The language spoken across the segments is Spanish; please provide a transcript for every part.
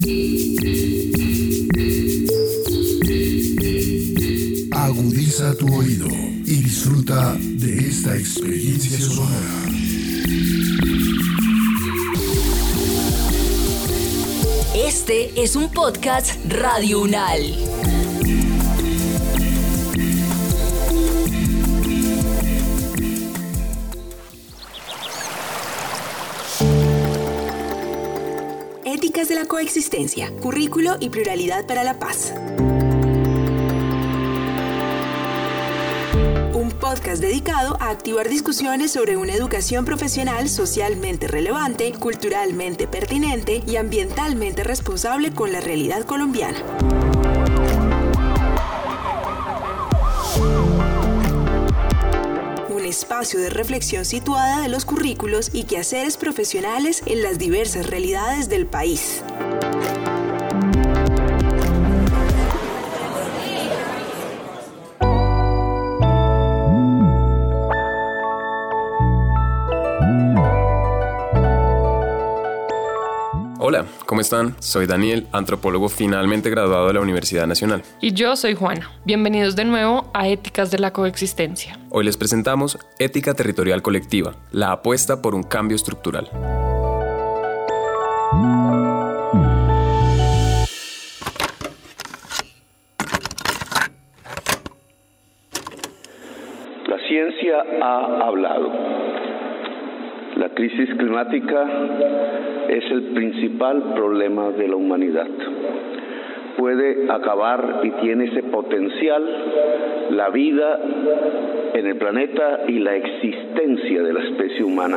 Agudiza tu oído y disfruta de esta experiencia sonora. Este es un podcast Radio Unal. Éticas de la coexistencia, currículo y pluralidad para la paz. Un podcast dedicado a activar discusiones sobre una educación profesional socialmente relevante, culturalmente pertinente y ambientalmente responsable con la realidad colombiana. Un espacio de reflexión situada de los currículos y quehaceres profesionales en las diversas realidades del país. Hola, ¿cómo están? Soy Daniel, antropólogo finalmente graduado de la Universidad Nacional. Y yo soy Juana. Bienvenidos de nuevo a Éticas de la Coexistencia. Hoy les presentamos Ética Territorial Colectiva, la apuesta por un cambio estructural. La ciencia ha hablado. La crisis climática es el principal problema de la humanidad. Puede acabar y tiene ese potencial la vida en el planeta y la existencia de la especie humana.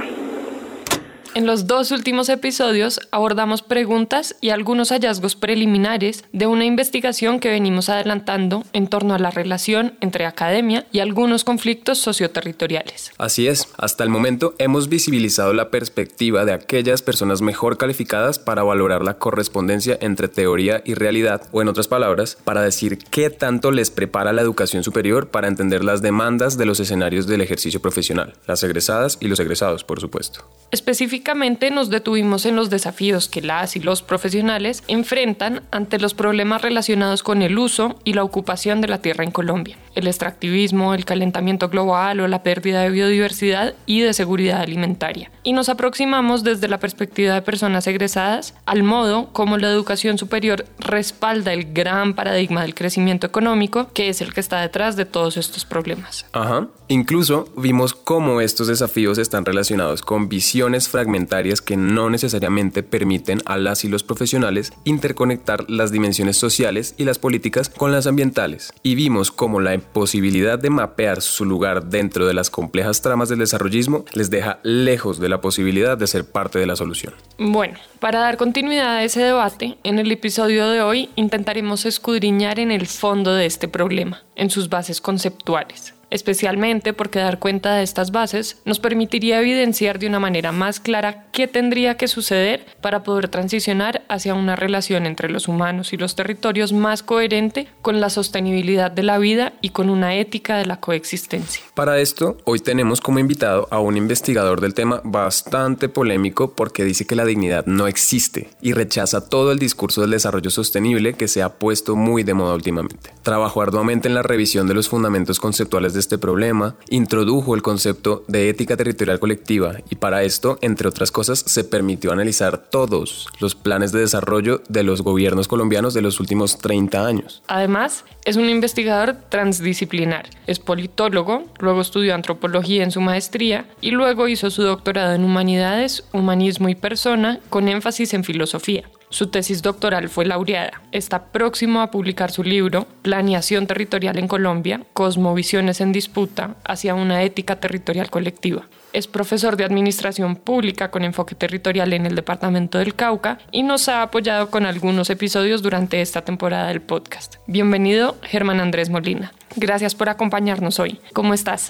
En los dos últimos episodios abordamos preguntas y algunos hallazgos preliminares de una investigación que venimos adelantando en torno a la relación entre academia y algunos conflictos socioterritoriales. Así es, hasta el momento hemos visibilizado la perspectiva de aquellas personas mejor calificadas para valorar la correspondencia entre teoría y realidad, o en otras palabras, para decir qué tanto les prepara la educación superior para entender las demandas de los escenarios del ejercicio profesional, las egresadas y los egresados, por supuesto. Específicamente nos detuvimos en los desafíos que las y los profesionales enfrentan ante los problemas relacionados con el uso y la ocupación de la tierra en Colombia, el extractivismo, el calentamiento global o la pérdida de biodiversidad y de seguridad alimentaria. Y nos aproximamos desde la perspectiva de personas egresadas al modo como la educación superior respalda el gran paradigma del crecimiento económico, que es el que está detrás de todos estos problemas. Incluso vimos cómo estos desafíos están relacionados con visiones fragmentarias que no necesariamente permiten a las y los profesionales interconectar las dimensiones sociales y las políticas con las ambientales. Y vimos cómo la imposibilidad de mapear su lugar dentro de las complejas tramas del desarrollismo les deja lejos de la posibilidad de ser parte de la solución. Bueno, para dar continuidad a ese debate, en el episodio de hoy intentaremos escudriñar en el fondo de este problema, en sus bases conceptuales. Especialmente porque dar cuenta de estas bases nos permitiría evidenciar de una manera más clara qué tendría que suceder para poder transicionar hacia una relación entre los humanos y los territorios más coherente con la sostenibilidad de la vida y con una ética de la coexistencia. Para esto, hoy tenemos como invitado a un investigador del tema bastante polémico porque dice que la dignidad no existe y rechaza todo el discurso del desarrollo sostenible que se ha puesto muy de moda últimamente. Trabajó arduamente en la revisión de los fundamentos conceptuales de este problema, introdujo el concepto de ética territorial colectiva y para esto, entre otras cosas, se permitió analizar todos los planes de desarrollo de los gobiernos colombianos de los últimos 30 años. Además, es un investigador transdisciplinar, es politólogo, luego estudió antropología en su maestría y luego hizo su doctorado en humanidades, humanismo y persona con énfasis en filosofía. Su tesis doctoral fue laureada. Está próximo a publicar su libro Planeación Territorial en Colombia, Cosmovisiones en Disputa hacia una ética territorial colectiva. Es profesor de Administración Pública con enfoque territorial en el departamento del Cauca y nos ha apoyado con algunos episodios durante esta temporada del podcast. Bienvenido, Germán Andrés Molina. Gracias por acompañarnos hoy. ¿Cómo estás?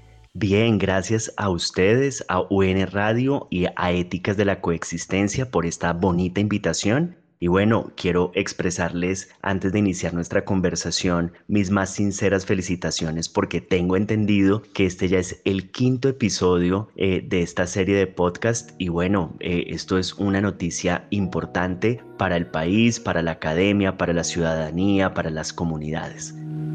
Bien, gracias a ustedes, a UN Radio y a Éticas de la Coexistencia por esta bonita invitación Y bueno, quiero expresarles antes de iniciar nuestra conversación mis más sinceras felicitaciones porque tengo entendido que este ya es el 5º episodio de esta serie de podcast y bueno, esto es una noticia importante para el país, para la academia, para la ciudadanía, para las comunidades.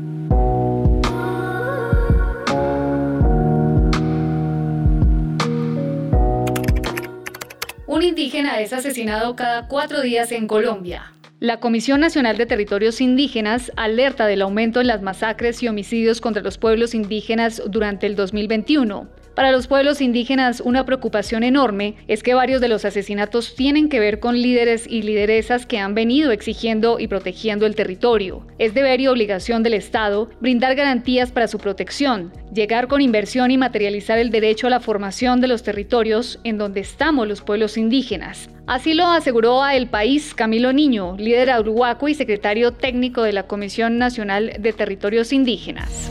Un indígena es asesinado cada 4 días en Colombia. La Comisión Nacional de Territorios Indígenas alerta del aumento en las masacres y homicidios contra los pueblos indígenas durante el 2021. Para los pueblos indígenas, una preocupación enorme es que varios de los asesinatos tienen que ver con líderes y lideresas que han venido exigiendo y protegiendo el territorio. Es deber y obligación del Estado brindar garantías para su protección, llegar con inversión y materializar el derecho a la formación de los territorios en donde estamos los pueblos indígenas. Así lo aseguró a El País Camilo Niño, líder arhuaco y secretario técnico de la Comisión Nacional de Territorios Indígenas.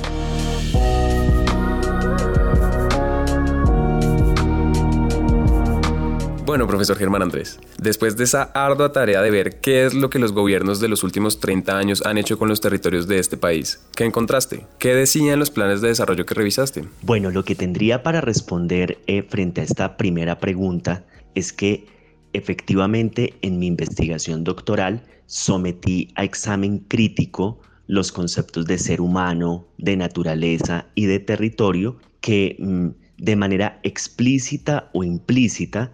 Bueno, profesor Germán Andrés, después de esa ardua tarea de ver qué es lo que los gobiernos de los últimos 30 años han hecho con los territorios de este país, ¿qué encontraste? ¿Qué decían los planes de desarrollo que revisaste? Bueno, lo que tendría para responder frente a esta primera pregunta es que efectivamente en mi investigación doctoral sometí a examen crítico los conceptos de ser humano, de naturaleza y de territorio que de manera explícita o implícita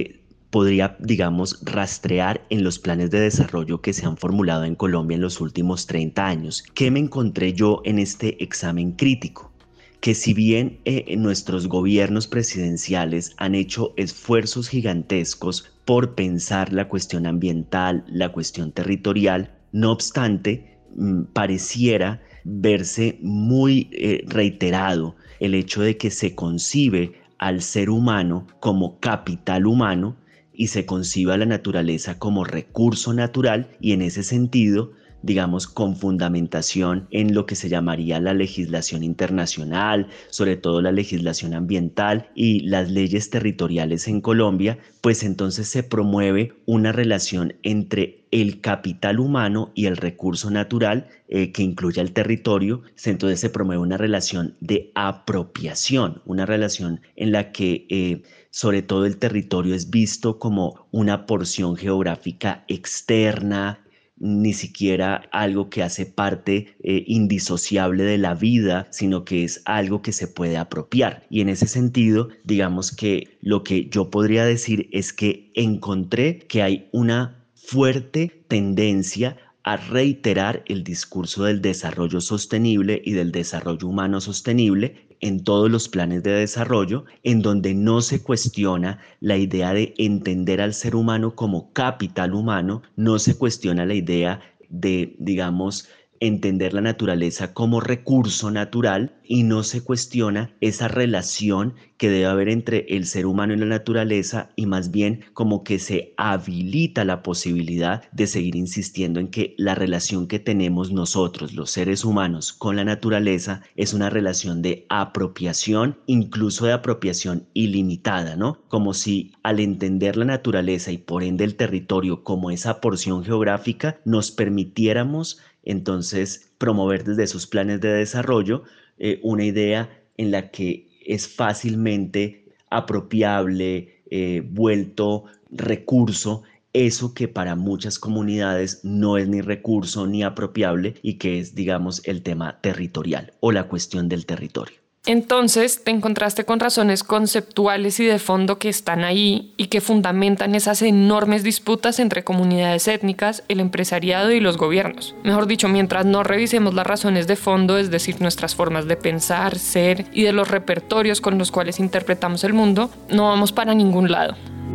podría, digamos, rastrear en los planes de desarrollo que se han formulado en Colombia en los últimos 30 años. ¿Qué me encontré yo en este examen crítico? Que si bien nuestros gobiernos presidenciales han hecho esfuerzos gigantescos por pensar la cuestión ambiental, la cuestión territorial, no obstante, pareciera verse muy reiterado el hecho de que se concibe al ser humano como capital humano y se concibe a la naturaleza como recurso natural y en ese sentido, digamos, con fundamentación en lo que se llamaría la legislación internacional, sobre todo la legislación ambiental y las leyes territoriales en Colombia, pues entonces se promueve una relación entre el capital humano y el recurso natural que incluye el territorio. Entonces se promueve una relación de apropiación, una relación en la que sobre todo el territorio es visto como una porción geográfica externa, ni siquiera algo que hace parte indisociable de la vida, sino que es algo que se puede apropiar. Y en ese sentido, digamos que lo que yo podría decir es que encontré que hay una fuerte tendencia a reiterar el discurso del desarrollo sostenible y del desarrollo humano sostenible en todos los planes de desarrollo, en donde no se cuestiona la idea de entender al ser humano como capital humano, no se cuestiona la idea de, digamos, entender la naturaleza como recurso natural y no se cuestiona esa relación que debe haber entre el ser humano y la naturaleza y más bien como que se habilita la posibilidad de seguir insistiendo en que la relación que tenemos nosotros, los seres humanos, con la naturaleza es una relación de apropiación, incluso de apropiación ilimitada, ¿no? Como si al entender la naturaleza y por ende el territorio como esa porción geográfica nos permitiéramos entonces promover desde sus planes de desarrollo una idea en la que es fácilmente apropiable, vuelto recurso, eso que para muchas comunidades no es ni recurso ni apropiable y que es, digamos, el tema territorial o la cuestión del territorio. Entonces, te encontraste con razones conceptuales y de fondo que están ahí y que fundamentan esas enormes disputas entre comunidades étnicas, el empresariado y los gobiernos. Mejor dicho, mientras no revisemos las razones de fondo, es decir, nuestras formas de pensar, ser y de los repertorios con los cuales interpretamos el mundo, no vamos para ningún lado.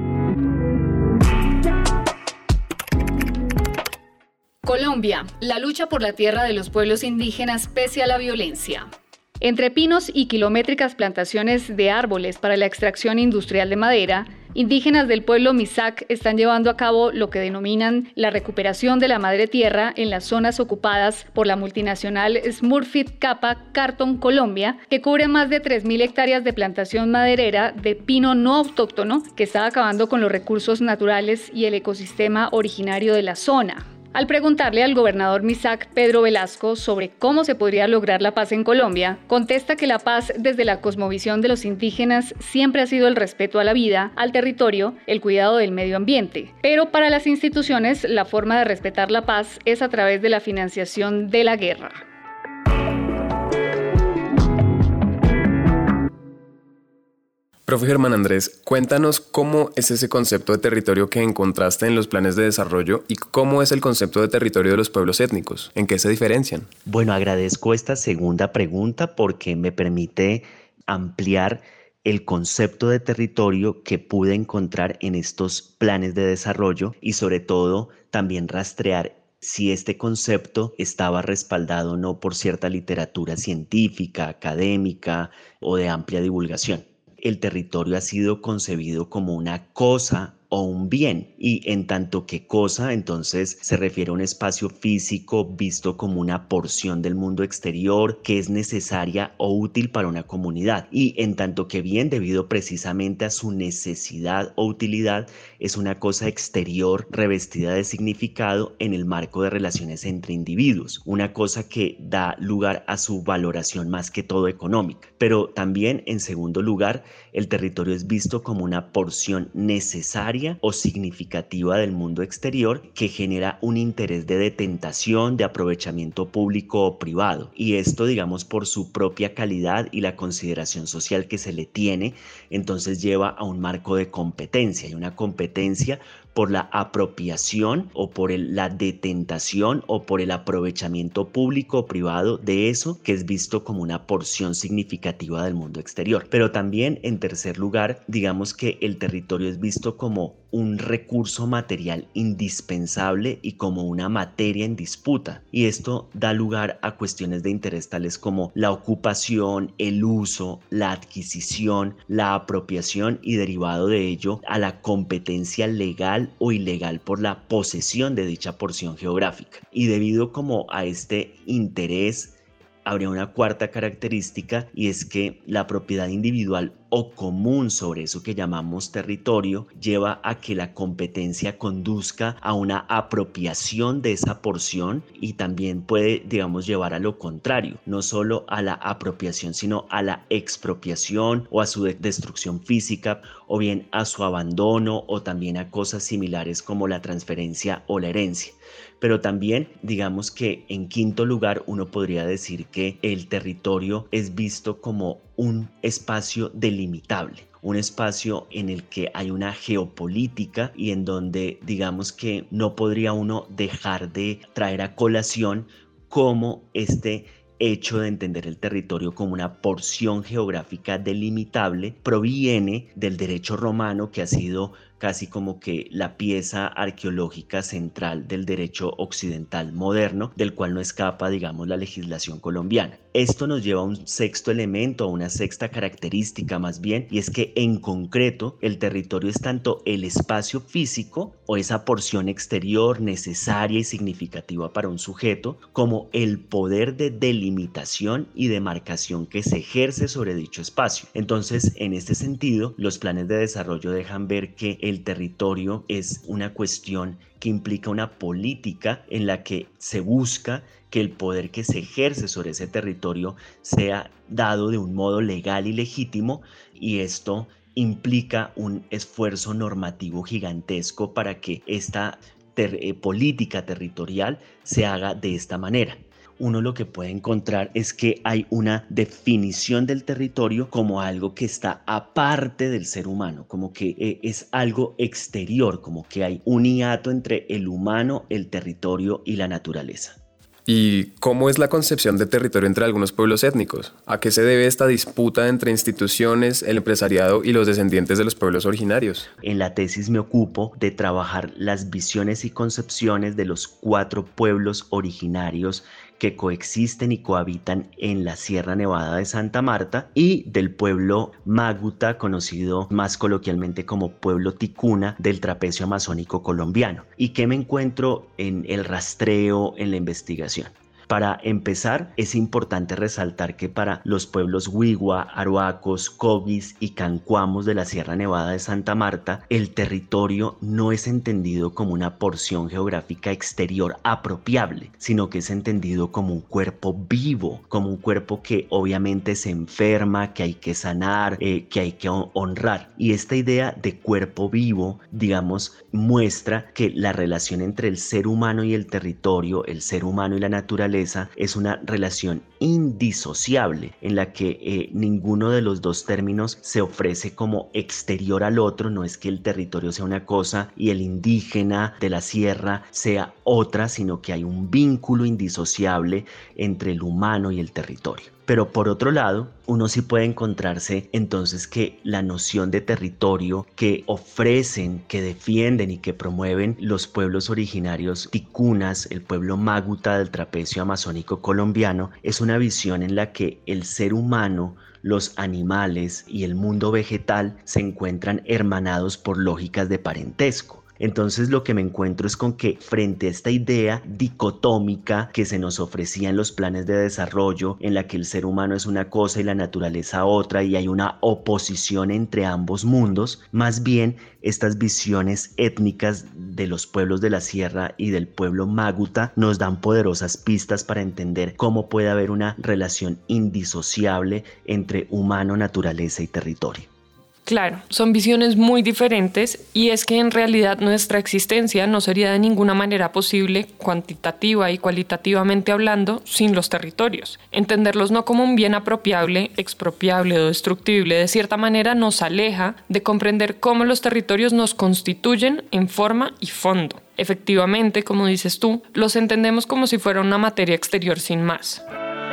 Colombia, la lucha por la tierra de los pueblos indígenas pese a la violencia. Entre pinos y kilométricas plantaciones de árboles para la extracción industrial de madera, Indígenas del pueblo Misak están llevando a cabo lo que denominan la recuperación de la madre tierra en las zonas ocupadas por la multinacional Smurfit Kappa Carton Colombia, que cubre más de 3.000 hectáreas de plantación maderera de pino no autóctono que está acabando con los recursos naturales y el ecosistema originario de la zona. Al preguntarle al gobernador Misak, Pedro Velasco, sobre cómo se podría lograr la paz en Colombia, contesta que la paz desde la cosmovisión de los indígenas siempre ha sido el respeto a la vida, al territorio, el cuidado del medio ambiente. Pero para las instituciones, la forma de respetar la paz es a través de la financiación de la guerra. Profe Germán Andrés, cuéntanos cómo es ese concepto de territorio que encontraste en los planes de desarrollo y cómo es el concepto de territorio de los pueblos étnicos. ¿En qué se diferencian? Bueno, agradezco esta segunda pregunta porque me permite ampliar el concepto de territorio que pude encontrar en estos planes de desarrollo y sobre todo también rastrear si este concepto estaba respaldado o no por cierta literatura científica, académica o de amplia divulgación. El territorio ha sido concebido como una cosa o un bien, y en tanto que cosa, entonces se refiere a un espacio físico visto como una porción del mundo exterior que es necesaria o útil para una comunidad, y en tanto que bien, debido precisamente a su necesidad o utilidad, es una cosa exterior revestida de significado en el marco de relaciones entre individuos, una cosa que da lugar a su valoración más que todo económica. Pero también, en segundo lugar, el territorio es visto como una porción necesaria o significativa del mundo exterior que genera un interés de detentación, de aprovechamiento público o privado, y esto, digamos, por su propia calidad y la consideración social que se le tiene, entonces lleva a un marco de competencia, y una competencia por la apropiación o por la detentación o por el aprovechamiento público o privado de eso que es visto como una porción significativa del mundo exterior. Pero también, en tercer lugar, digamos que el territorio es visto como un recurso material indispensable y como una materia en disputa, y esto da lugar a cuestiones de interés tales como la ocupación, el uso, la adquisición, la apropiación y, derivado de ello, a la competencia legal o ilegal por la posesión de dicha porción geográfica. Y debido como a este interés, habría una cuarta característica, y es que la propiedad individual o común sobre eso que llamamos territorio lleva a que la competencia conduzca a una apropiación de esa porción, y también puede, digamos, llevar a lo contrario, no solo a la apropiación, sino a la expropiación o a su destrucción física, o bien a su abandono, o también a cosas similares como la transferencia o la herencia. Pero también, digamos que en quinto lugar, uno podría decir que el territorio es visto como un espacio delimitable, un espacio en el que hay una geopolítica y en donde, digamos que no podría uno dejar de traer a colación cómo este hecho de entender el territorio como una porción geográfica delimitable proviene del derecho romano, que ha sido casi como que la pieza arqueológica central del derecho occidental moderno, del cual no escapa, digamos, la legislación colombiana. Esto nos lleva a un sexto elemento, a una sexta característica más bien, y es que en concreto el territorio es tanto el espacio físico o esa porción exterior necesaria y significativa para un sujeto, como el poder de delimitación y demarcación que se ejerce sobre dicho espacio. Entonces, en este sentido, los planes de desarrollo dejan ver que el territorio es una cuestión que implica una política en la que se busca que el poder que se ejerce sobre ese territorio sea dado de un modo legal y legítimo, y esto implica un esfuerzo normativo gigantesco para que esta política territorial se haga de esta manera. Uno lo que puede encontrar es que hay una definición del territorio como algo que está aparte del ser humano, como que es algo exterior, como que hay un hiato entre el humano, el territorio y la naturaleza. ¿Y cómo es la concepción de territorio entre algunos pueblos étnicos? ¿A qué se debe esta disputa entre instituciones, el empresariado y los descendientes de los pueblos originarios? En la tesis me ocupo de trabajar las visiones y concepciones de los 4 pueblos originarios que coexisten y cohabitan en la Sierra Nevada de Santa Marta y del pueblo Maguta, conocido más coloquialmente como pueblo ticuna del trapecio amazónico colombiano. ¿Y qué me encuentro en el rastreo, en la investigación? Para empezar, es importante resaltar que para los pueblos Wiwa, Aruacos, Cogis y Cancuamos de la Sierra Nevada de Santa Marta, el territorio no es entendido como una porción geográfica exterior apropiable, sino que es entendido como un cuerpo vivo, como un cuerpo que obviamente se enferma, que hay que sanar, que hay que honrar. Y esta idea de cuerpo vivo, digamos, muestra que la relación entre el ser humano y el territorio, el ser humano y la naturaleza, es una relación indisociable en la que ninguno de los dos términos se ofrece como exterior al otro. No es que el territorio sea una cosa y el indígena de la sierra sea otra, sino que hay un vínculo indisociable entre el humano y el territorio. Pero por otro lado, uno sí puede encontrarse entonces que la noción de territorio que ofrecen, que defienden y que promueven los pueblos originarios ticunas, el pueblo Maguta del trapecio amazónico colombiano, es una visión en la que el ser humano, los animales y el mundo vegetal se encuentran hermanados por lógicas de parentesco. Entonces lo que me encuentro es con que frente a esta idea dicotómica que se nos ofrecía en los planes de desarrollo, en la que el ser humano es una cosa y la naturaleza otra y hay una oposición entre ambos mundos, más bien estas visiones étnicas de los pueblos de la sierra y del pueblo Maguta nos dan poderosas pistas para entender cómo puede haber una relación indisociable entre humano, naturaleza y territorio. Claro, son visiones muy diferentes y es que en realidad nuestra existencia no sería de ninguna manera posible, cuantitativa y cualitativamente hablando, sin los territorios. Entenderlos no como un bien apropiable, expropiable o destructible de cierta manera nos aleja de comprender cómo los territorios nos constituyen en forma y fondo. Efectivamente, como dices tú, los entendemos como si fuera una materia exterior sin más.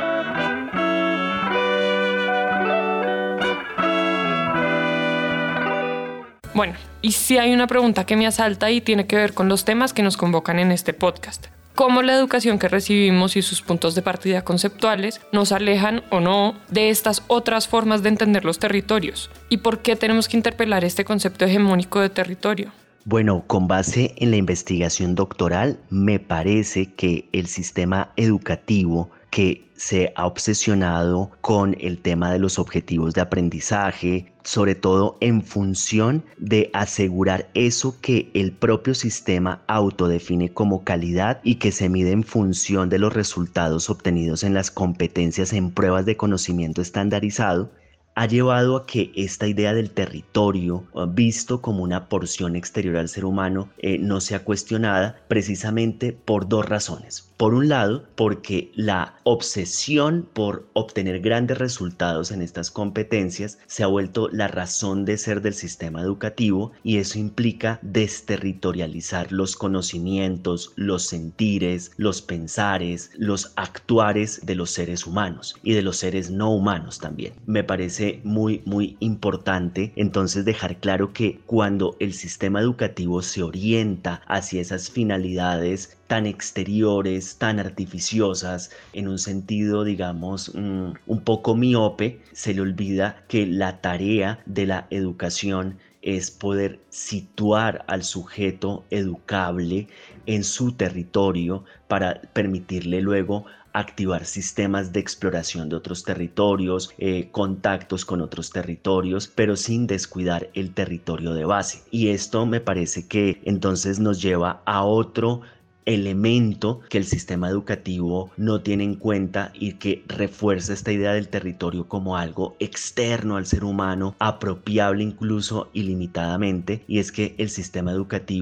Bueno, y sí hay una pregunta que me asalta y tiene que ver con los temas que nos convocan en este podcast. ¿Cómo la educación que recibimos y sus puntos de partida conceptuales nos alejan o no de estas otras formas de entender los territorios? ¿Y por qué tenemos que interpelar este concepto hegemónico de territorio? Bueno, con base en la investigación doctoral, me parece que el sistema educativo que se ha obsesionado con el tema de los objetivos de aprendizaje, sobre todo en función de asegurar eso que el propio sistema autodefine como calidad y que se mide en función de los resultados obtenidos en las competencias en pruebas de conocimiento estandarizado, ha llevado a que esta idea del territorio, visto como una porción exterior al ser humano, no sea cuestionada precisamente por 2 razones. Por un lado, porque la obsesión por obtener grandes resultados en estas competencias se ha vuelto la razón de ser del sistema educativo y eso implica desterritorializar los conocimientos, los sentires, los pensares, los actuares de los seres humanos y de los seres no humanos también. Me parece muy importante entonces dejar claro que cuando el sistema educativo se orienta hacia esas finalidades tan exteriores, tan artificiosas, en un sentido, digamos, un poco miope, se le olvida que la tarea de la educación es poder situar al sujeto educable en su territorio para permitirle luego activar sistemas de exploración de otros territorios, contactos con otros territorios, pero sin descuidar el territorio de base. Y esto me parece que entonces nos lleva a otro elemento que el sistema educativo no tiene en cuenta y que refuerza esta idea del territorio como algo externo al ser humano, apropiable incluso ilimitadamente, y es que el sistema educativo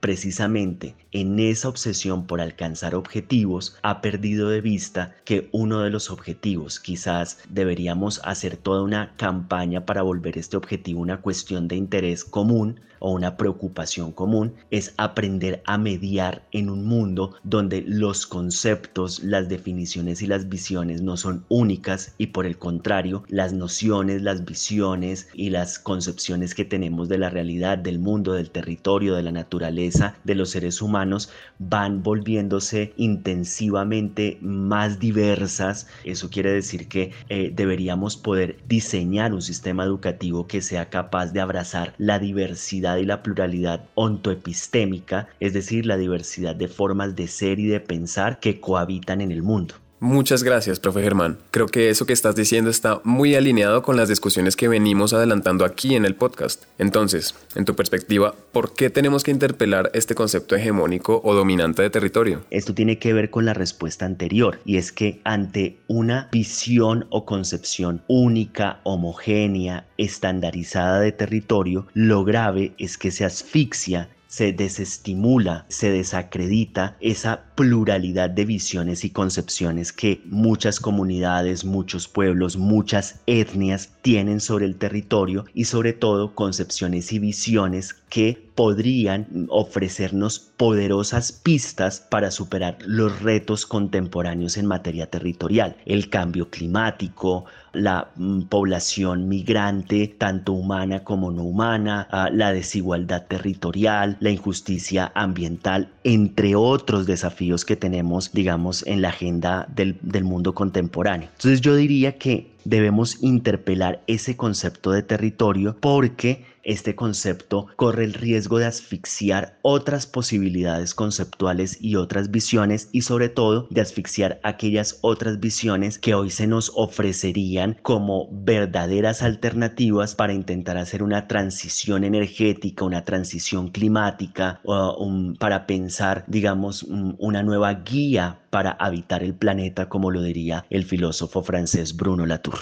precisamente en esa obsesión por alcanzar objetivos, ha perdido de vista que uno de los objetivos, quizás deberíamos hacer toda una campaña para volver este objetivo una cuestión de interés común o una preocupación común, es aprender a mediar en un mundo donde los conceptos, las definiciones y las visiones no son únicas y por el contrario, las nociones, las visiones y las concepciones que tenemos de la realidad, del mundo, del territorio, de la naturaleza, de los seres humanos, van volviéndose intensivamente más diversas. Eso quiere decir que deberíamos poder diseñar un sistema educativo que sea capaz de abrazar la diversidad y la pluralidad ontoepistémica, es decir, la diversidad de formas de ser y de pensar que cohabitan en el mundo. Muchas gracias, profe Germán. Creo que eso que estás diciendo está muy alineado con las discusiones que venimos adelantando aquí en el podcast. Entonces, en tu perspectiva, ¿por qué tenemos que interpelar este concepto hegemónico o dominante de territorio? Esto tiene que ver con la respuesta anterior, y es que ante una visión o concepción única, homogénea, estandarizada de territorio, lo grave es que se asfixia, se desestimula, se desacredita esa pluralidad de visiones y concepciones que muchas comunidades, muchos pueblos, muchas etnias tienen sobre el territorio y sobre todo concepciones y visiones que podrían ofrecernos poderosas pistas para superar los retos contemporáneos en materia territorial. El cambio climático, la población migrante, tanto humana como no humana, la desigualdad territorial, la injusticia ambiental, entre otros desafíos que tenemos, digamos, en la agenda del mundo contemporáneo. Entonces yo diría que debemos interpelar ese concepto de territorio porque este concepto corre el riesgo de asfixiar otras posibilidades conceptuales y otras visiones y sobre todo de asfixiar aquellas otras visiones que hoy se nos ofrecerían como verdaderas alternativas para intentar hacer una transición energética, una transición climática, para pensar, digamos, una nueva guía para habitar el planeta, como lo diría el filósofo francés Bruno Latour.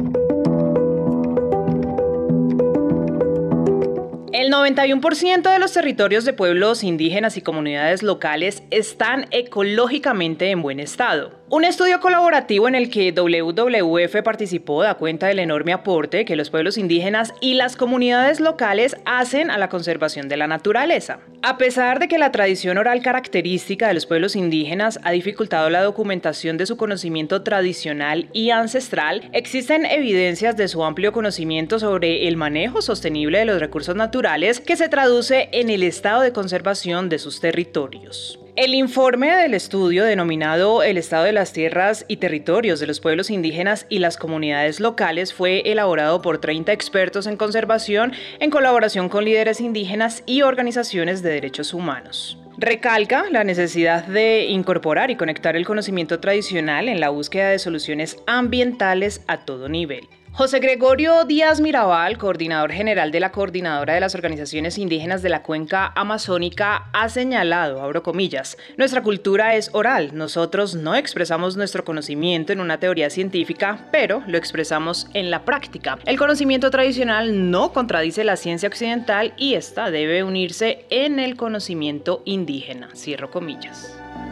El 91% de los territorios de pueblos indígenas y comunidades locales están ecológicamente en buen estado. Un estudio colaborativo en el que WWF participó da cuenta del enorme aporte que los pueblos indígenas y las comunidades locales hacen a la conservación de la naturaleza. A pesar de que la tradición oral característica de los pueblos indígenas ha dificultado la documentación de su conocimiento tradicional y ancestral, existen evidencias de su amplio conocimiento sobre el manejo sostenible de los recursos naturales que se traduce en el estado de conservación de sus territorios. El informe del estudio denominado El estado de las tierras y territorios de los pueblos indígenas y las comunidades locales fue elaborado por 30 expertos en conservación en colaboración con líderes indígenas y organizaciones de derechos humanos. Recalca la necesidad de incorporar y conectar el conocimiento tradicional en la búsqueda de soluciones ambientales a todo nivel. José Gregorio Díaz Mirabal, coordinador general de la Coordinadora de las Organizaciones Indígenas de la Cuenca Amazónica, ha señalado, abro comillas, nuestra cultura es oral. Nosotros no expresamos nuestro conocimiento en una teoría científica, pero lo expresamos en la práctica. El conocimiento tradicional no contradice la ciencia occidental y esta debe unirse en el conocimiento indígena. Cierro comillas.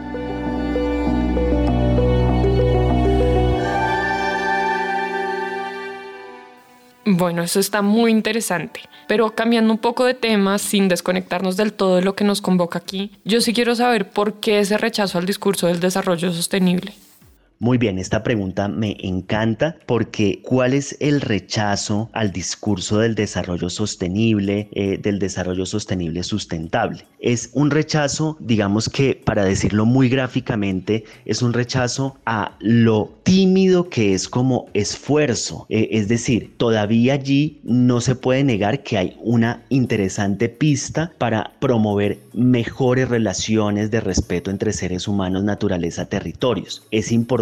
Bueno, eso está muy interesante, pero cambiando un poco de tema, sin desconectarnos del todo de lo que nos convoca aquí, yo sí quiero saber por qué ese rechazo al discurso del desarrollo sostenible. Muy bien, esta pregunta me encanta porque ¿cuál es el rechazo al discurso del desarrollo sostenible sustentable? Es un rechazo, digamos que para decirlo muy gráficamente, es un rechazo a lo tímido que es como esfuerzo. Es decir, todavía allí no se puede negar que hay una interesante pista para promover mejores relaciones de respeto entre seres humanos, naturaleza, territorios. Es importante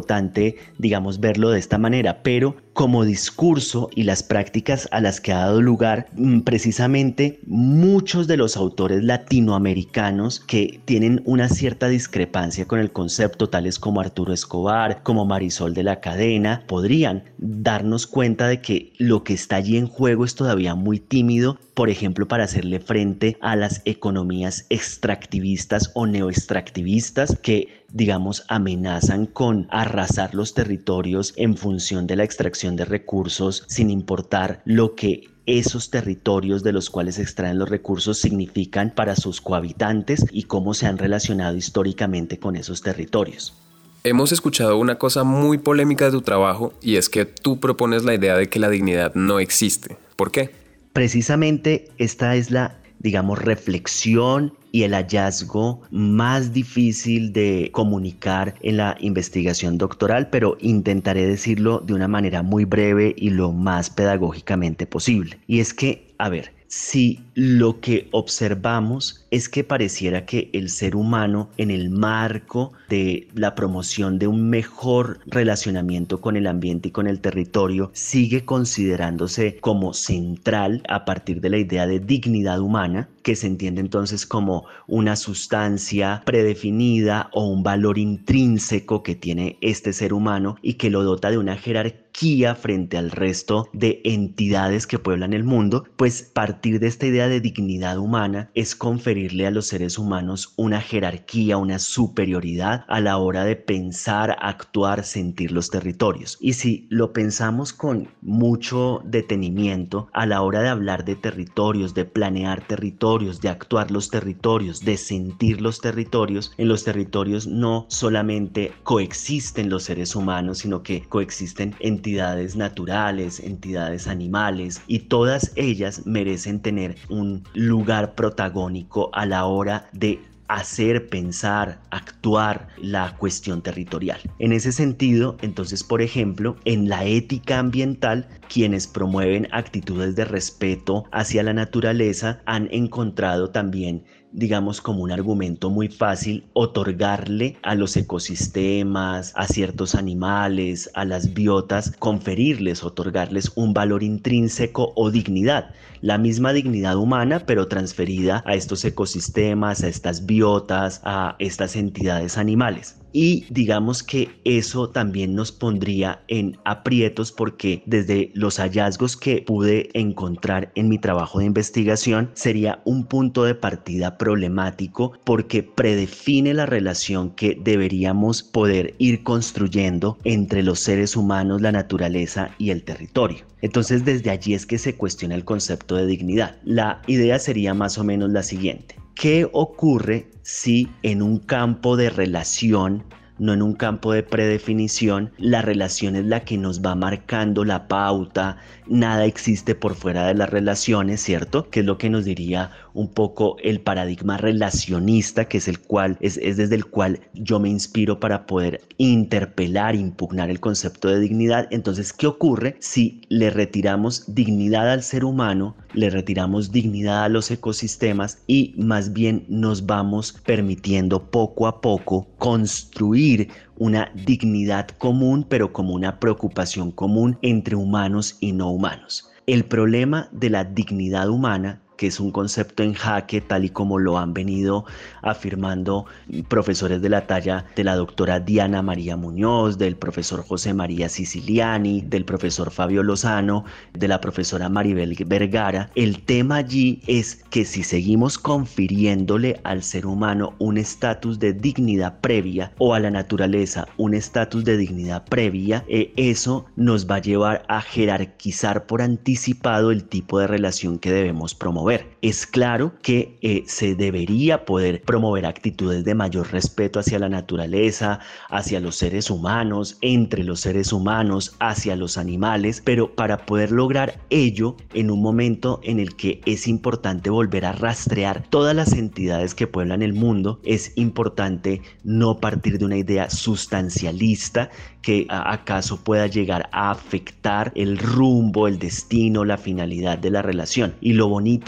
importante, digamos, verlo de esta manera, pero como discurso y las prácticas a las que ha dado lugar, precisamente muchos de los autores latinoamericanos que tienen una cierta discrepancia con el concepto, tales como Arturo Escobar, como Marisol de la Cadena, podrían darnos cuenta de que lo que está allí en juego es todavía muy tímido, por ejemplo, para hacerle frente a las economías extractivistas o neoextractivistas que, digamos, amenazan con arrasar los territorios en función de la extracción de recursos, sin importar lo que esos territorios de los cuales se extraen los recursos significan para sus cohabitantes y cómo se han relacionado históricamente con esos territorios. Hemos escuchado una cosa muy polémica de tu trabajo, y es que tú propones la idea de que la dignidad no existe. ¿Por qué? Precisamente esta es la, digamos, reflexión y el hallazgo más difícil de comunicar en la investigación doctoral, pero intentaré decirlo de una manera muy breve y lo más pedagógicamente posible. Y es que, a ver, si lo que observamos es que pareciera que el ser humano, en el marco de la promoción de un mejor relacionamiento con el ambiente y con el territorio, sigue considerándose como central a partir de la idea de dignidad humana, que se entiende entonces como una sustancia predefinida o un valor intrínseco que tiene este ser humano y que lo dota de una jerarquía frente al resto de entidades que pueblan el mundo, pues partir de esta idea de dignidad humana es conferirle a los seres humanos una jerarquía, una superioridad a la hora de pensar, actuar, sentir los territorios. Y si lo pensamos con mucho detenimiento a la hora de hablar de territorios, de planear territorios, de actuar los territorios, de sentir los territorios, en los territorios no solamente coexisten los seres humanos, sino que coexisten entidades naturales, entidades animales, y todas ellas merecen tener un lugar protagónico a la hora de hacer, pensar, actuar la cuestión territorial. En ese sentido, entonces, por ejemplo, en la ética ambiental, quienes promueven actitudes de respeto hacia la naturaleza han encontrado también, digamos, como un argumento muy fácil, otorgarle a los ecosistemas, a ciertos animales, a las biotas, conferirles, otorgarles un valor intrínseco o dignidad. La misma dignidad humana, pero transferida a estos ecosistemas, a estas biotas, a estas entidades animales. Y digamos que eso también nos pondría en aprietos porque desde los hallazgos que pude encontrar en mi trabajo de investigación sería un punto de partida problemático porque predefine la relación que deberíamos poder ir construyendo entre los seres humanos, la naturaleza y el territorio. Entonces desde allí es que se cuestiona el concepto de dignidad. La idea sería más o menos la siguiente. ¿Qué ocurre si en un campo de relación, no en un campo de predefinición, la relación es la que nos va marcando la pauta, nada existe por fuera de las relaciones, ¿cierto? Que es lo que nos diría un poco el paradigma relacionista, que es desde el cual yo me inspiro para poder interpelar, impugnar el concepto de dignidad. Entonces, ¿qué ocurre si le retiramos dignidad al ser humano, le retiramos dignidad a los ecosistemas y más bien nos vamos permitiendo poco a poco construir una dignidad común, pero como una preocupación común entre humanos y no humanos? El problema de la dignidad humana, que es un concepto en jaque, tal y como lo han venido afirmando profesores de la talla de la doctora Diana María Muñoz, del profesor José María Siciliani, del profesor Fabio Lozano, de la profesora Maribel Vergara. El tema allí es que si seguimos confiriéndole al ser humano un estatus de dignidad previa o a la naturaleza un estatus de dignidad previa, eso nos va a llevar a jerarquizar por anticipado el tipo de relación que debemos promover. Es claro que se debería poder promover actitudes de mayor respeto hacia la naturaleza, hacia los seres humanos, entre los seres humanos, hacia los animales, pero para poder lograr ello en un momento en el que es importante volver a rastrear todas las entidades que pueblan el mundo, es importante no partir de una idea sustancialista que acaso pueda llegar a afectar el rumbo, el destino, la finalidad de la relación. Y lo bonito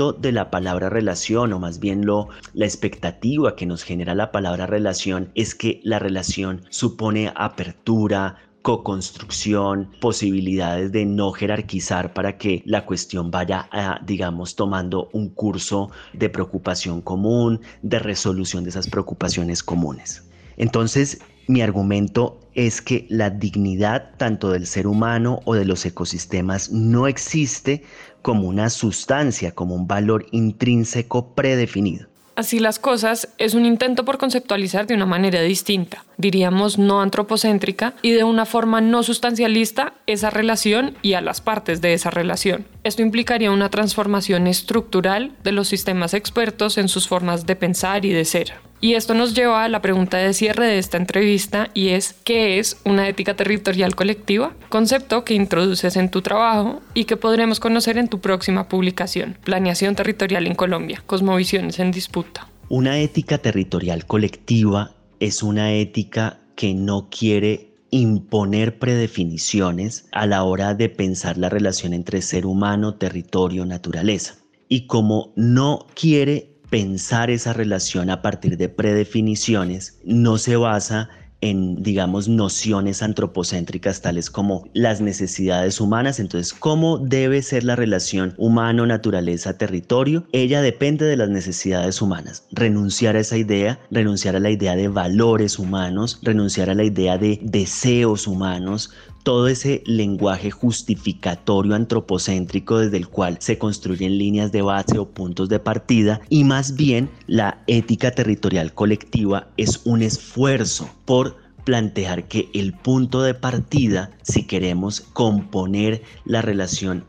concepto de la palabra relación, o más bien la expectativa que nos genera la palabra relación, es que la relación supone apertura, co-construcción, posibilidades de no jerarquizar para que la cuestión vaya, digamos, tomando un curso de preocupación común, de resolución de esas preocupaciones comunes. Entonces, mi argumento es que la dignidad tanto del ser humano o de los ecosistemas no existe como una sustancia, como un valor intrínseco predefinido. Así las cosas es un intento por conceptualizar de una manera distinta, diríamos no antropocéntrica, y de una forma no sustancialista esa relación y a las partes de esa relación. Esto implicaría una transformación estructural de los sistemas expertos en sus formas de pensar y de ser. Y esto nos lleva a la pregunta de cierre de esta entrevista, y es ¿qué es una ética territorial colectiva? Concepto que introduces en tu trabajo y que podremos conocer en tu próxima publicación, Planeación Territorial en Colombia, Cosmovisiones en Disputa. Una ética territorial colectiva es una ética que no quiere imponer predefiniciones a la hora de pensar la relación entre ser humano, territorio, naturaleza. Y como no quiere pensar esa relación a partir de predefiniciones, no se basa en, digamos, nociones antropocéntricas tales como las necesidades humanas. Entonces, ¿cómo debe ser la relación humano-naturaleza-territorio? Ella depende de las necesidades humanas. Renunciar a esa idea, renunciar a la idea de valores humanos, renunciar a la idea de deseos humanos, todo ese lenguaje justificatorio antropocéntrico desde el cual se construyen líneas de base o puntos de partida, y más bien la ética territorial colectiva es un esfuerzo por plantear que el punto de partida, si queremos componer la relación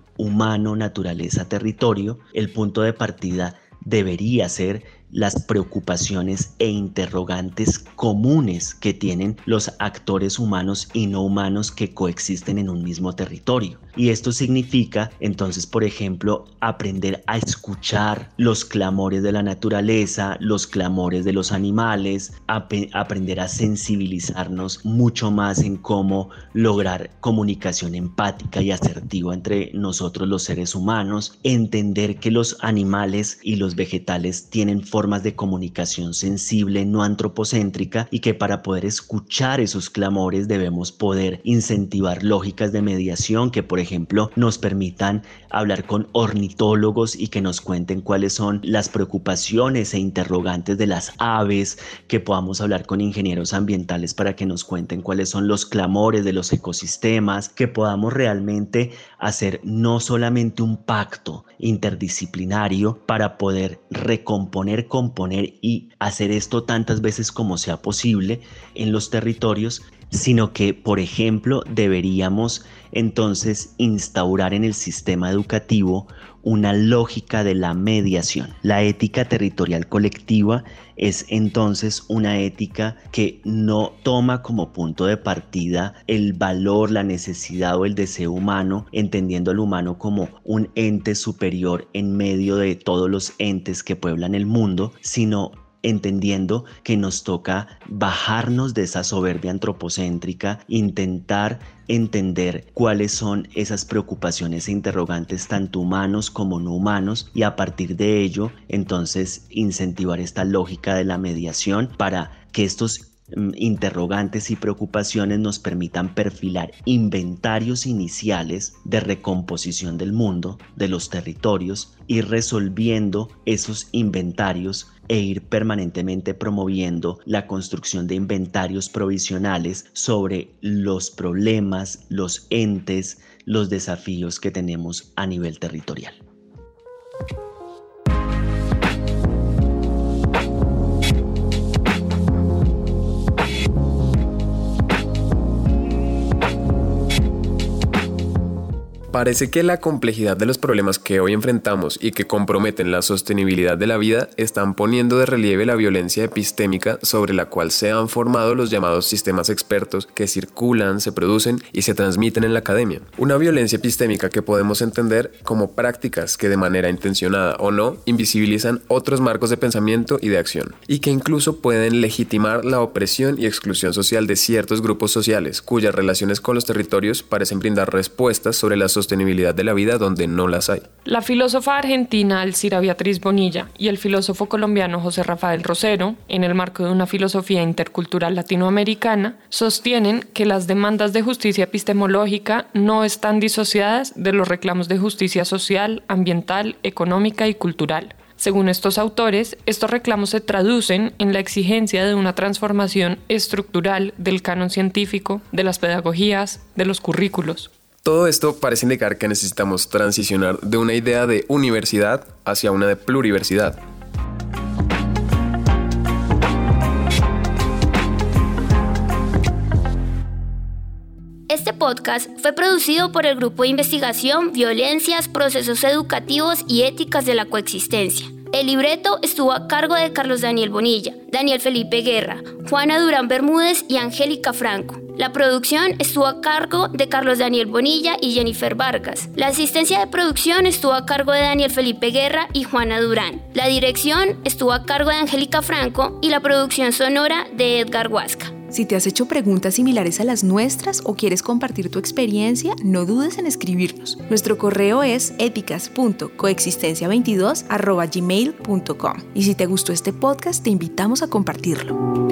humano-naturaleza-territorio, el punto de partida debería ser las preocupaciones e interrogantes comunes que tienen los actores humanos y no humanos que coexisten en un mismo territorio. Y esto significa, entonces, por ejemplo, aprender a escuchar los clamores de la naturaleza, los clamores de los animales, aprender a sensibilizarnos mucho más en cómo lograr comunicación empática y asertiva entre nosotros los seres humanos, entender que los animales y los vegetales tienen formas de comunicación sensible, no antropocéntrica, y que para poder escuchar esos clamores debemos poder incentivar lógicas de mediación que, por ejemplo, nos permitan hablar con ornitólogos y que nos cuenten cuáles son las preocupaciones e interrogantes de las aves, que podamos hablar con ingenieros ambientales para que nos cuenten cuáles son los clamores de los ecosistemas, que podamos realmente hacer no solamente un pacto interdisciplinario para poder recomponer, componer y hacer esto tantas veces como sea posible en los territorios, sino que, por ejemplo, deberíamos entonces instaurar en el sistema educativo una lógica de la mediación. La ética territorial colectiva es entonces una ética que no toma como punto de partida el valor, la necesidad o el deseo humano, entendiendo al humano como un ente superior en medio de todos los entes que pueblan el mundo, sino entendiendo que nos toca bajarnos de esa soberbia antropocéntrica, intentar entender cuáles son esas preocupaciones e interrogantes tanto humanos como no humanos, y a partir de ello entonces incentivar esta lógica de la mediación para que estos interrogantes y preocupaciones nos permitan perfilar inventarios iniciales de recomposición del mundo, de los territorios, ir resolviendo esos inventarios e ir permanentemente promoviendo la construcción de inventarios provisionales sobre los problemas, los entes, los desafíos que tenemos a nivel territorial. Parece que la complejidad de los problemas que hoy enfrentamos y que comprometen la sostenibilidad de la vida están poniendo de relieve la violencia epistémica sobre la cual se han formado los llamados sistemas expertos que circulan, se producen y se transmiten en la academia. Una violencia epistémica que podemos entender como prácticas que de manera intencionada o no invisibilizan otros marcos de pensamiento y de acción, y que incluso pueden legitimar la opresión y exclusión social de ciertos grupos sociales cuyas relaciones con los territorios parecen brindar respuestas sobre la sostenibilidad sostenibilidad de la vida donde no las hay. La filósofa argentina Alcira Beatriz Bonilla y el filósofo colombiano José Rafael Rosero, en el marco de una filosofía intercultural latinoamericana, sostienen que las demandas de justicia epistemológica no están disociadas de los reclamos de justicia social, ambiental, económica y cultural. Según estos autores, estos reclamos se traducen en la exigencia de una transformación estructural del canon científico, de las pedagogías, de los currículos. Todo esto parece indicar que necesitamos transicionar de una idea de universidad hacia una de pluriversidad. Este podcast fue producido por el Grupo de Investigación, Violencias, Procesos Educativos y Éticas de la Coexistencia. El libreto estuvo a cargo de Carlos Daniel Bonilla, Daniel Felipe Guerra, Juana Durán Bermúdez y Angélica Franco. La producción estuvo a cargo de Carlos Daniel Bonilla y Jennifer Vargas. La asistencia de producción estuvo a cargo de Daniel Felipe Guerra y Juana Durán. La dirección estuvo a cargo de Angélica Franco y la producción sonora de Edgar Huasca. Si te has hecho preguntas similares a las nuestras o quieres compartir tu experiencia, no dudes en escribirnos. Nuestro correo es eticas.coexistencia22@gmail.com. Y si te gustó este podcast, te invitamos a compartirlo.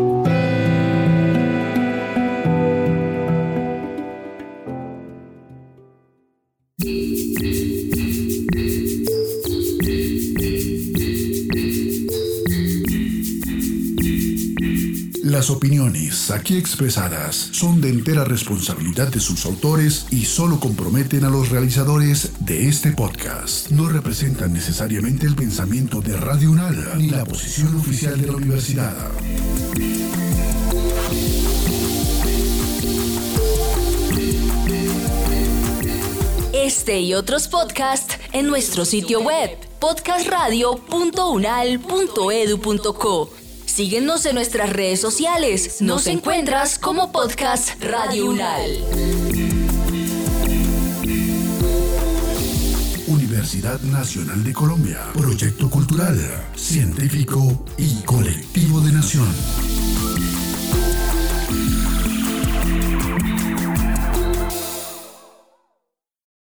Las opiniones aquí expresadas son de entera responsabilidad de sus autores y solo comprometen a los realizadores de este podcast. No representan necesariamente el pensamiento de Radio UNAL ni la posición oficial de la universidad. Este y otros podcasts en nuestro sitio web podcastradio.unal.edu.co. Síguenos en nuestras redes sociales. Nos encuentras como Podcast Radio UNAL. Universidad Nacional de Colombia. Proyecto cultural, científico y colectivo de nación.